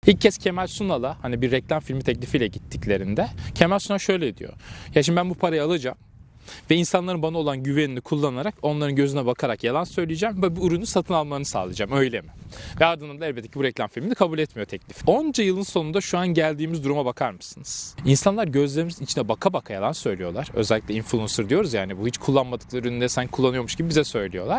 İlk kez Kemal Sunal'a hani bir reklam filmi teklifiyle gittiklerinde Kemal Sunal şöyle diyor. Ya şimdi ben bu parayı alacağım ve insanların bana olan güvenini kullanarak onların gözüne bakarak yalan söyleyeceğim ve bu ürünü satın almanı sağlayacağım, öyle mi? Ve ardından da elbette ki bu reklam filmini kabul etmiyor teklif. Onca yılın sonunda şu an geldiğimiz duruma bakar mısınız? İnsanlar gözlerimizin içine baka baka yalan söylüyorlar. Özellikle influencer diyoruz yani, bu hiç kullanmadıkları ürünü de sen kullanıyormuş gibi bize söylüyorlar.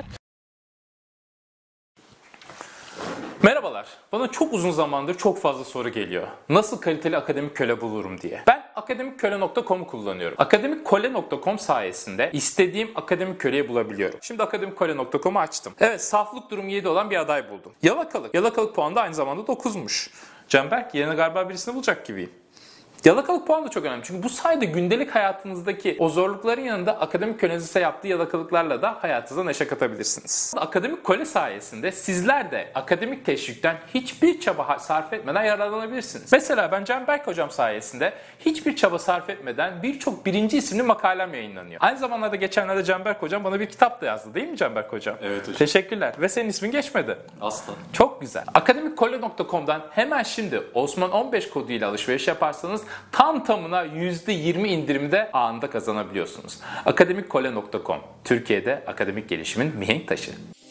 Merhabalar. Bana çok uzun zamandır çok fazla soru geliyor. Nasıl kaliteli akademik köle bulurum diye. Ben akademikkole.com'u kullanıyorum. Akademikkole.com sayesinde istediğim akademik köleyi bulabiliyorum. Şimdi akademikkole.com'u açtım. Evet, saflık durumu 7 olan bir aday buldum. Yalakalık. Yalakalık puanı da aynı zamanda 9'muş. Canberk, yerine galiba birisini bulacak gibiyim. Yalakalık puanı da çok önemli. Çünkü bu sayede gündelik hayatınızdaki o zorlukların yanında akademik kölenizin size yaptığı yalakalıklarla da hayatınıza neşe katabilirsiniz. Akademik köle sayesinde sizler de akademik teşvikten hiçbir çaba sarf etmeden yararlanabilirsiniz. Mesela ben Canberk hocam sayesinde hiçbir çaba sarf etmeden birçok birinci isimli makalem yayınlanıyor. Aynı zamanlarda geçenlerde Canberk hocam bana bir kitap da yazdı, değil mi Canberk hocam? Evet hocam. Teşekkürler. Ve senin ismin geçmedi. Asla. Çok güzel. Akademikkole.com'dan hemen şimdi Osman 15 koduyla alışveriş yaparsanız tam tamına %20 indirimi de anında kazanabiliyorsunuz. Akademikkole.com, Türkiye'de akademik gelişimin mihenk taşı.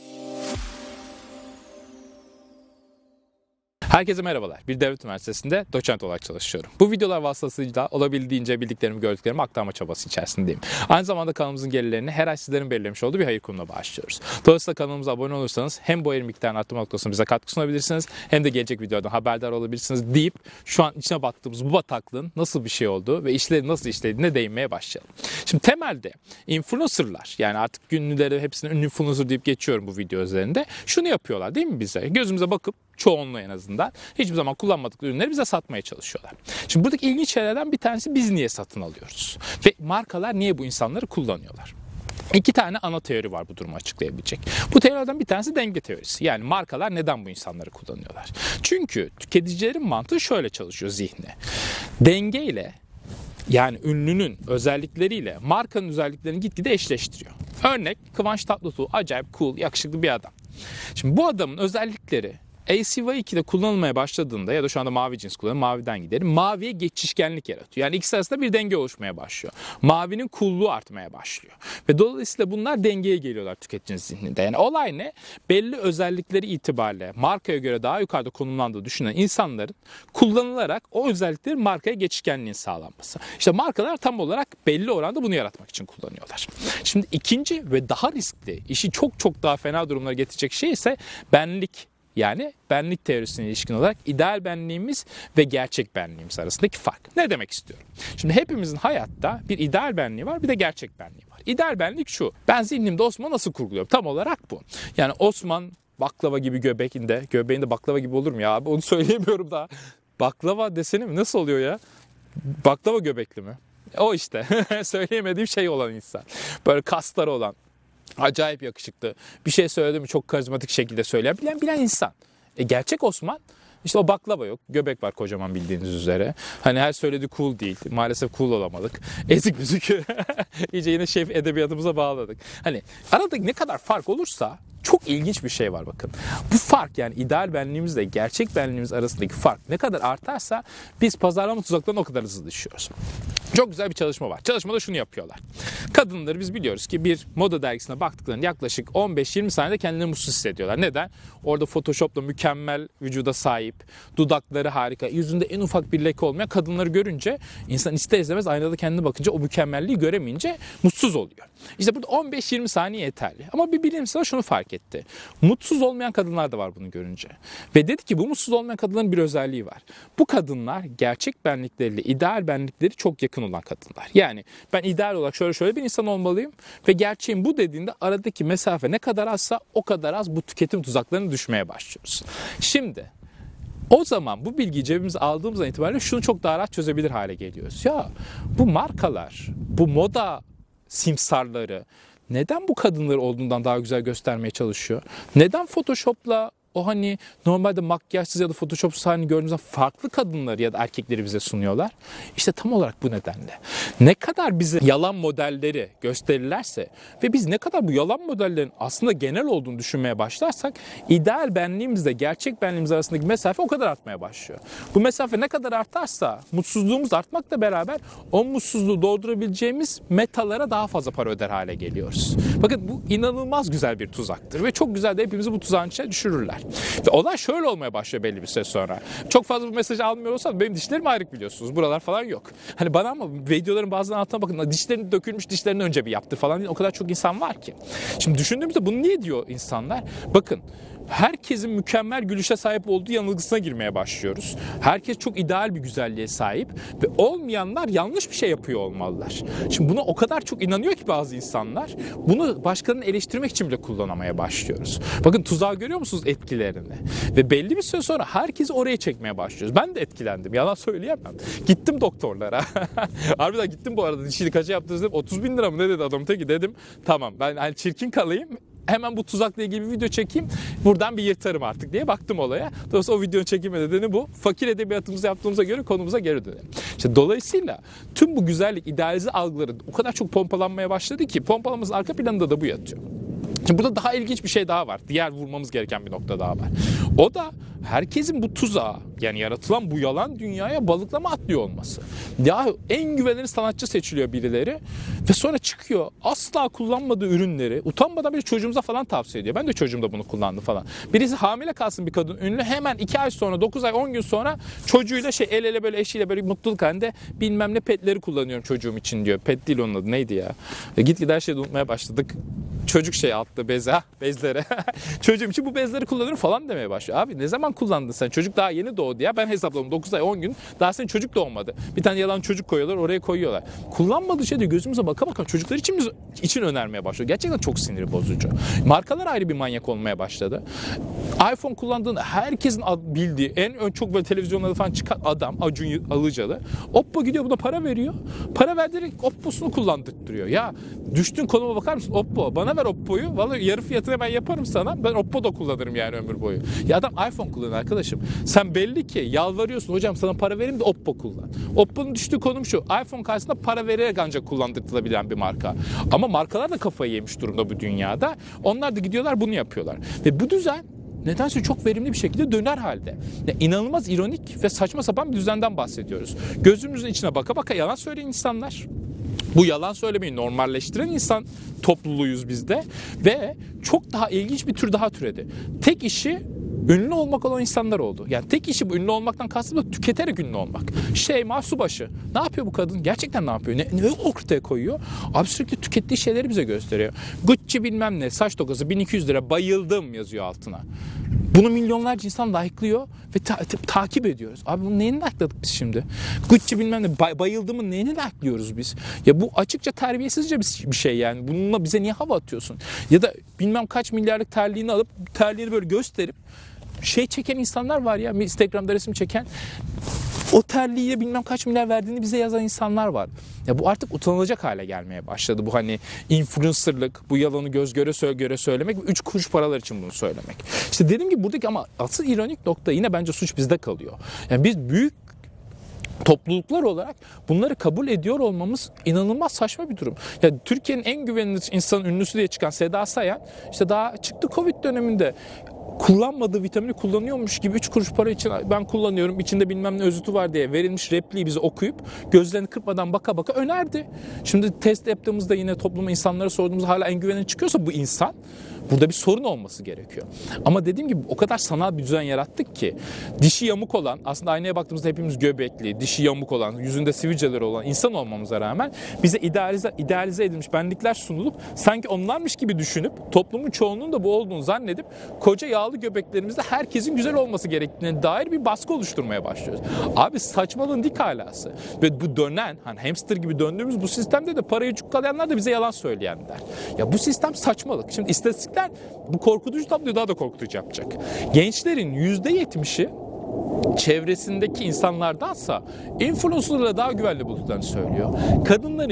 Herkese merhabalar. Bir devlet üniversitesinde doçent olarak çalışıyorum. Bu videolar vasıtasıyla olabildiğince bildiklerimi, gördüklerimi aktarma çabası içerisindeyim. Aynı zamanda kanalımızın gelirlerini her ay sizlerin belirlemiş olduğu bir hayır kurumuna bağışlıyoruz. Dolayısıyla kanalımıza abone olursanız hem bu hayır miktarını arttırma noktasında bize katkı sunabilirsiniz hem de gelecek videolardan haberdar olabilirsiniz deyip şu an içine baktığımız bu bataklığın nasıl bir şey olduğu ve işleri nasıl işlediğine değinmeye başlayalım. Şimdi temelde influencerlar, yani artık ünlüleri hepsine ünlü influencer deyip geçiyorum bu video üzerinde, şunu yapıyorlar değil mi bize? Gözümüze bakıp çoğunluğu en azından hiçbir zaman kullanmadıkları ürünleri bize satmaya çalışıyorlar. Şimdi buradaki ilginç şeylerden bir tanesi, biz niye satın alıyoruz? Ve markalar niye bu insanları kullanıyorlar? İki tane ana teori var bu durumu açıklayabilecek. Bu teorilerden bir tanesi denge teorisi. Yani markalar neden bu insanları kullanıyorlar? Çünkü tüketicilerin mantığı şöyle çalışıyor zihni. Denge ile, yani ünlünün özellikleriyle markanın özelliklerini gitgide eşleştiriyor. Örnek, Kıvanç Tatlıtuğ acayip cool, yakışıklı bir adam. Şimdi bu adamın özellikleri ACY2'de kullanılmaya başladığında ya da şu anda mavi cins kullanıyor, maviden gidelim, maviye geçişkenlik yaratıyor. Yani ikisi arasında bir denge oluşmaya başlıyor. Mavinin coolluğu artmaya başlıyor. Ve dolayısıyla bunlar dengeye geliyorlar tüketicinin zihninde. Yani olay ne? Belli özellikleri itibariyle markaya göre daha yukarıda konumlandığı düşünen insanların kullanılarak o özelliklerin markaya geçişkenliğin sağlanması. İşte markalar tam olarak belli oranda bunu yaratmak için kullanıyorlar. Şimdi ikinci ve daha riskli, işi çok çok daha fena durumlara getirecek şey ise benlik. Yani benlik teorisine ilişkin olarak ideal benliğimiz ve gerçek benliğimiz arasındaki fark. Ne demek istiyorum? Şimdi hepimizin hayatta bir ideal benliği var, bir de gerçek benliği var. İdeal benlik şu: ben zihnimde Osman'ı nasıl kurguluyorum? Tam olarak bu. Yani Osman baklava gibi göbeğinde baklava gibi olur mu ya? Onu söyleyemiyorum daha. Baklava desene mi? Nasıl oluyor ya? Baklava göbekli mi? O işte. Söyleyemediğim şey olan insan. Böyle kasları olan, acayip yakışıklı, bir şey söyledi mi çok karizmatik şekilde söyleyen, bilen insan. Gerçek Osman, işte o baklava yok, göbek var kocaman bildiğiniz üzere. Hani her söylediği cool değil, maalesef cool olamadık. Ezik büzük, iyice yine şef edebiyatımıza bağladık. Hani aradaki ne kadar fark olursa çok ilginç bir şey var bakın. Bu fark, yani ideal benliğimizle gerçek benliğimiz arasındaki fark ne kadar artarsa biz pazarlama tuzaklarına o kadar hızlı düşüyoruz. Çok güzel bir çalışma var. Çalışmada şunu yapıyorlar. Kadınları biz biliyoruz ki bir moda dergisine baktıklarında yaklaşık 15-20 saniyede kendilerini mutsuz hissediyorlar. Neden? Orada Photoshop'la mükemmel vücuda sahip, dudakları harika, yüzünde en ufak bir leke olmayan kadınları görünce insan ister istemez aynada kendine bakınca o mükemmelliği göremeyince mutsuz oluyor. İşte burada 15-20 saniye yeterli. Ama bir bilim insanı şunu fark etti. Mutsuz olmayan kadınlar da var bunu görünce. Ve dedi ki bu mutsuz olmayan kadınların bir özelliği var. Bu kadınlar gerçek benlikleriyle ideal benlikleri çok yakın olan kadınlar. Yani ben ideal olarak şöyle bir insan olmalıyım ve gerçeğim bu dediğinde aradaki mesafe ne kadar azsa o kadar az bu tüketim tuzaklarına düşmeye başlıyoruz. Şimdi o zaman bu bilgiyi cebimize aldığımızdan itibaren şunu çok daha rahat çözebilir hale geliyoruz. Ya bu markalar, bu moda simsarları neden bu kadınları olduğundan daha güzel göstermeye çalışıyor? Neden Photoshop'la o hani normalde makyajsız ya da photoshopsuz halini gördüğümüzde farklı kadınları ya da erkekleri bize sunuyorlar. İşte tam olarak bu nedenle. Ne kadar bize yalan modelleri gösterirlerse ve biz ne kadar bu yalan modellerin aslında genel olduğunu düşünmeye başlarsak ideal benliğimizle gerçek benliğimiz arasındaki mesafe o kadar artmaya başlıyor. Bu mesafe ne kadar artarsa mutsuzluğumuz artmakla beraber o mutsuzluğu doldurabileceğimiz metalara daha fazla para öder hale geliyoruz. Bakın bu inanılmaz güzel bir tuzaktır ve çok güzel de hepimizi bu tuzağın içine düşürürler. Ve olay şöyle olmaya başlıyor belli bir süre sonra. Çok fazla bu mesajı almıyor olsam benim dişlerim ayrık biliyorsunuz. Buralar falan yok. Hani bana ama videoların bazılarının altına bakın dişlerini dökülmüş dişlerini önce bir yaptır falan diye o kadar çok insan var ki. Şimdi düşündüğümüzde bunu niye diyor insanlar? Bakın herkesin mükemmel gülüşe sahip olduğu yanılgısına girmeye başlıyoruz. Herkes çok ideal bir güzelliğe sahip ve olmayanlar yanlış bir şey yapıyor olmalılar. Şimdi buna o kadar çok inanıyor ki bazı insanlar bunu başkalarını eleştirmek için bile kullanmaya başlıyoruz. Bakın tuzağı görüyor musunuz etkilerini? Ve belli bir süre sonra herkesi oraya çekmeye başlıyoruz. Ben de etkilendim. Yalan söyleyemem. Gittim doktorlara. Harbiden gittim bu arada. Dişini kaça yaptınız dedim. 30 bin lira mı ne dedi adam teki dedim. Tamam ben hani çirkin kalayım. Hemen bu tuzakla ilgili bir video çekeyim. Buradan bir yırtarım artık diye baktım olaya. Dolayısıyla o videonun çekilme nedeni bu. Fakir edebiyatımızı yaptığımıza göre konumuza geri dönelim. İşte dolayısıyla tüm bu güzellik, idealize algıları o kadar çok pompalanmaya başladı ki pompalamamızın arka planında da bu yatıyor. Şimdi burada daha ilginç bir şey daha var. Diğer vurmamız gereken bir nokta daha var. O da herkesin bu tuzağa yani yaratılan bu yalan dünyaya balıklama atlıyor olması. Ya en güvenilir sanatçı seçiliyor birileri ve sonra çıkıyor asla kullanmadığı ürünleri utanmadan bir çocuğumuza falan tavsiye ediyor. Ben de çocuğum da bunu kullandı falan. Birisi hamile kalsın bir kadın ünlü hemen 2 ay sonra 9 ay 10 gün sonra çocuğuyla el ele böyle eşiyle böyle mutluluk halinde bilmem ne petleri kullanıyorum çocuğum için diyor. Pet değil onun adı neydi ya. Gitgide her şeyi unutmaya başladık. Çocuk altı bezlere. Çocuğum için bu bezleri kullanırım falan demeye başlıyor. Abi ne zaman kullandın sen? Çocuk daha yeni doğdu ya. Ben hesapladım 9 ay 10 gün. Daha senin çocuk doğmadı. Bir tane yalan çocuk koyuyorlar oraya koyuyorlar. Kullanmadığı şey de gözümüze baka çocuklar için önermeye başlıyor. Gerçekten çok sinir bozucu. Markalar ayrı bir manyak olmaya başladı. iPhone kullandığında herkesin bildiği en çok böyle televizyonlarda falan çıkan adam Acun Ilıcalı. Oppo gidiyor buna para veriyor. Para verdirerek Oppo'sunu kullandırtıyor. Ya düştüğün konuma bakar mısın? Oppo bana ver Oppo'yu. Vallahi yarı fiyatına ben yaparım sana. Ben Oppo da kullanırım yani ömür boyu. Ya adam iPhone kullanıyor arkadaşım. Sen belli ki yalvarıyorsun hocam sana para vereyim de Oppo kullan. Oppo'nun düştüğü konum şu. iPhone karşısında para vererek ancak kullandırılabilen bir marka. Ama markalar da kafayı yemiş durumda bu dünyada. Onlar da gidiyorlar bunu yapıyorlar. Ve bu düzen nedense çok verimli bir şekilde döner halde. Yani inanılmaz ironik ve saçma sapan bir düzenden bahsediyoruz. Gözümüzün içine baka baka yalan söyleyen insanlar. Bu yalan söylemeyi normalleştiren insan topluluğuyuz biz de ve çok daha ilginç bir tür daha türedi. Tek işi ünlü olmak olan insanlar oldu. Yani tek işi bu ünlü olmaktan kastım da tüketerek ünlü olmak. Şeyma Subaşı. Ne yapıyor bu kadın? Gerçekten ne yapıyor? Ne ortaya koyuyor? Abi sürekli tükettiği şeyleri bize gösteriyor. Gucci bilmem ne saç tokası 1200 lira bayıldım yazıyor altına. Bunu milyonlarca insan like'lıyor ve takip ediyoruz. Abi bunun neyini like'ladık biz şimdi? Gucci bilmem ne bayıldığımın neyini like'lıyoruz biz? Ya bu açıkça terbiyesizce bir şey yani. Bununla bize niye hava atıyorsun? Ya da bilmem kaç milyarlık terliğini alıp terliğini böyle gösterip çeken insanlar var ya Instagram'da resim çeken o terliğe bilmem kaç milyar verdiğini bize yazan insanlar var. Ya bu artık utanılacak hale gelmeye başladı. Bu hani influencerlık, bu yalanı göz göre söylemek ve 3 kuruş paralar için bunu söylemek. İşte dediğim gibi buradaki ama asıl ironik nokta yine bence suç bizde kalıyor. Yani biz büyük topluluklar olarak bunları kabul ediyor olmamız inanılmaz saçma bir durum. Yani Türkiye'nin en güvenilir insan ünlüsü diye çıkan Seda Sayan işte daha çıktı Covid döneminde kullanmadığı vitamini kullanıyormuş gibi 3 kuruş para için ben kullanıyorum içinde bilmem ne özütü var diye verilmiş repliği bize okuyup gözlerini kırpmadan baka baka önerdi. Şimdi test yaptığımızda yine topluma insanlara sorduğumuzda hala en güvenilir çıkıyorsa bu insan burada bir sorun olması gerekiyor. Ama dediğim gibi o kadar sanal bir düzen yarattık ki dişi yamuk olan aslında aynaya baktığımızda hepimiz göbekli, dişi yamuk olan, yüzünde sivilceleri olan insan olmamıza rağmen bize idealize edilmiş benlikler sunulup sanki onlarmış gibi düşünüp toplumun çoğunluğunun da bu olduğunu zannedip koca yağlı göbeklerimizde herkesin güzel olması gerektiğine dair bir baskı oluşturmaya başlıyoruz. Abi saçmalığın dik alası. Ve bu dönen hani hamster gibi döndüğümüz bu sistemde de parayı cukkalayanlar da bize yalan söyleyenler. Ya bu sistem saçmalık. Şimdi istatistikler bu korkutucu tabloyu daha da korkutucu yapacak. Gençlerin %70'i çevresindeki insanlardansa influencer'lara daha güvenli bulduklarını söylüyor. Kadınların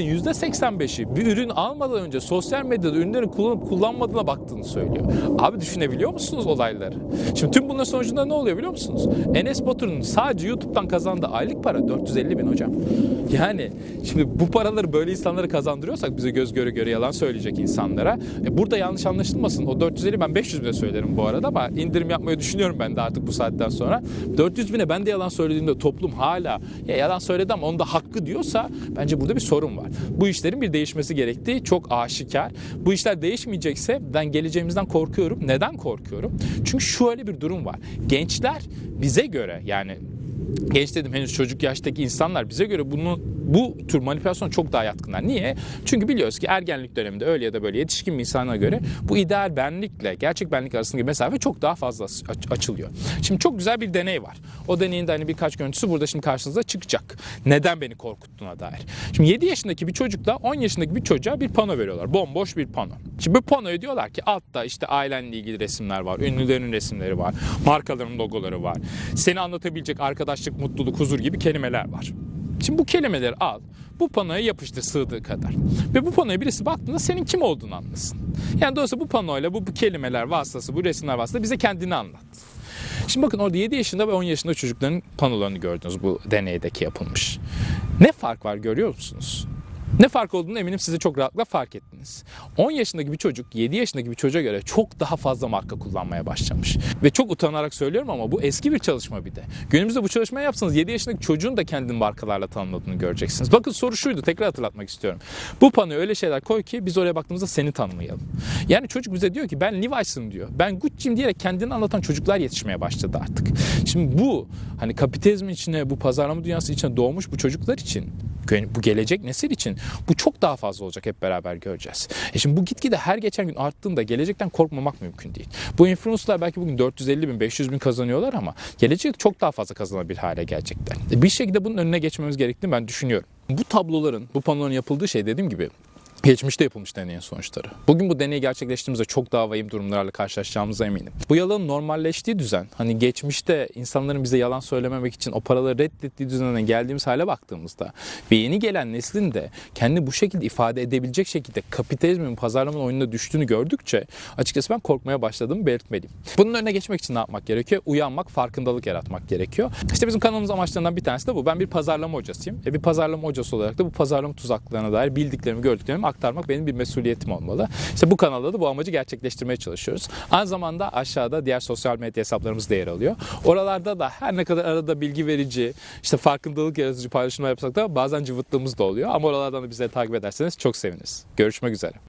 %85'i bir ürün almadan önce sosyal medyada ürünlerin kullanıp kullanmadığına baktığını söylüyor. Abi düşünebiliyor musunuz olayları? Şimdi tüm bunların sonucunda ne oluyor biliyor musunuz? Enes Batur'un sadece YouTube'dan kazandığı aylık para 450 bin hocam. Yani şimdi bu paraları böyle insanlara kazandırıyorsak bize göz göre göre yalan söyleyecek insanlara. Burada yanlış anlaşılmasın. O 450 ben 500 bine söylerim bu arada ama indirim yapmayı düşünüyorum ben de artık bu saatten sonra. 400 bine ben de yalan söylediğimde toplum hala yalan söyledi ama onun da hakkı diyorsa bence burada bir sorun var. Bu işlerin bir değişmesi gerektiği çok aşikar. Bu işler değişmeyecekse ben geleceğimizden korkuyorum. Neden korkuyorum? Çünkü şöyle bir durum var. Gençler bize göre yani genç dedim henüz çocuk yaştaki insanlar bize göre bu tür manipülasyona çok daha yatkınlar. Niye? Çünkü biliyoruz ki ergenlik döneminde öyle ya da böyle yetişkin bir insana göre bu ideal benlikle gerçek benlik arasındaki mesafe çok daha fazla açılıyor. Şimdi çok güzel bir deney var. O deneyin de hani birkaç görüntüsü burada şimdi karşınıza çıkacak. Neden beni korkuttuğuna dair. Şimdi 7 yaşındaki bir çocukla 10 yaşındaki bir çocuğa bir pano veriyorlar. Bomboş bir pano. Şimdi bu panoya diyorlar ki altta işte ailenle ilgili resimler var. Ünlülerin resimleri var. Markaların logoları var. Seni anlatabilecek arkadaşlık, mutluluk, huzur gibi kelimeler var. Şimdi bu kelimeleri al, bu panoya yapıştır sığdığı kadar. Ve bu panoya birisi baktığında senin kim olduğunu anlasın. Yani dolayısıyla bu panoyla bu kelimeler vasıtası, bu resimler vasıtasıyla bize kendini anlat. Şimdi bakın orada 7 yaşında ve 10 yaşında çocukların panolarını gördünüz bu deneydeki yapılmış. Ne fark var görüyor musunuz? Ne fark olduğunu eminim siz de çok rahatlıkla fark ettiniz. 10 yaşındaki bir çocuk 7 yaşındaki bir çocuğa göre çok daha fazla marka kullanmaya başlamış. Ve çok utanarak söylüyorum ama bu eski bir çalışma bir de. Günümüzde bu çalışmayı yapsanız 7 yaşındaki çocuğun da kendini markalarla tanımladığını göreceksiniz. Bakın soru şuydu, tekrar hatırlatmak istiyorum. Bu panoya öyle şeyler koy ki biz oraya baktığımızda seni tanımayalım. Yani çocuk bize diyor ki ben Levi's'ım diyor. Ben Gucci'yim diyerek kendini anlatan çocuklar yetişmeye başladı artık. Şimdi bu hani kapitalizmin içine, bu pazarlama dünyası içine doğmuş bu çocuklar için, bu gelecek nesil için bu çok daha fazla olacak, hep beraber göreceğiz. Şimdi bu gitgide her geçen gün arttığında gelecekten korkmamak mümkün değil. Bu influencerlar belki bugün 450 bin, 500 bin kazanıyorlar ama gelecekte çok daha fazla kazanabilir hale gelecekler. Bir şekilde bunun önüne geçmemiz gerektiğini ben düşünüyorum. Bu tabloların, bu panoların yapıldığı şey dediğim gibi geçmişte yapılmış deneyin sonuçları. Bugün bu deneyi gerçekleştirdiğimizde çok daha vahim durumlarla karşılaşacağımıza eminim. Bu yalanın normalleştiği düzen, hani geçmişte insanların bize yalan söylememek için o paraları reddettiği düzene geldiğimiz hale baktığımızda ve yeni gelen neslin de kendini bu şekilde ifade edebilecek şekilde kapitalizmin, pazarlamanın oyununa düştüğünü gördükçe açıkçası ben korkmaya başladığımı belirtmeliyim. Bunun önüne geçmek için ne yapmak gerekiyor? Uyanmak, farkındalık yaratmak gerekiyor. İşte bizim kanalımız amaçlarından bir tanesi de bu. Ben bir pazarlama hocasıyım. Bir pazarlama hocası olarak da bu pazarlama tuzaklarına dair bildiklerimi, gördüklerimi aktarmak benim bir mesuliyetim olmalı. İşte bu kanalda da bu amacı gerçekleştirmeye çalışıyoruz. Aynı zamanda aşağıda diğer sosyal medya hesaplarımız da yer alıyor. Oralarda da her ne kadar arada bilgi verici, işte farkındalık yaratıcı paylaşımlar yapsak da bazen cıvıttığımız da oluyor. Ama oralardan da bizleri takip ederseniz çok seviniriz. Görüşmek üzere.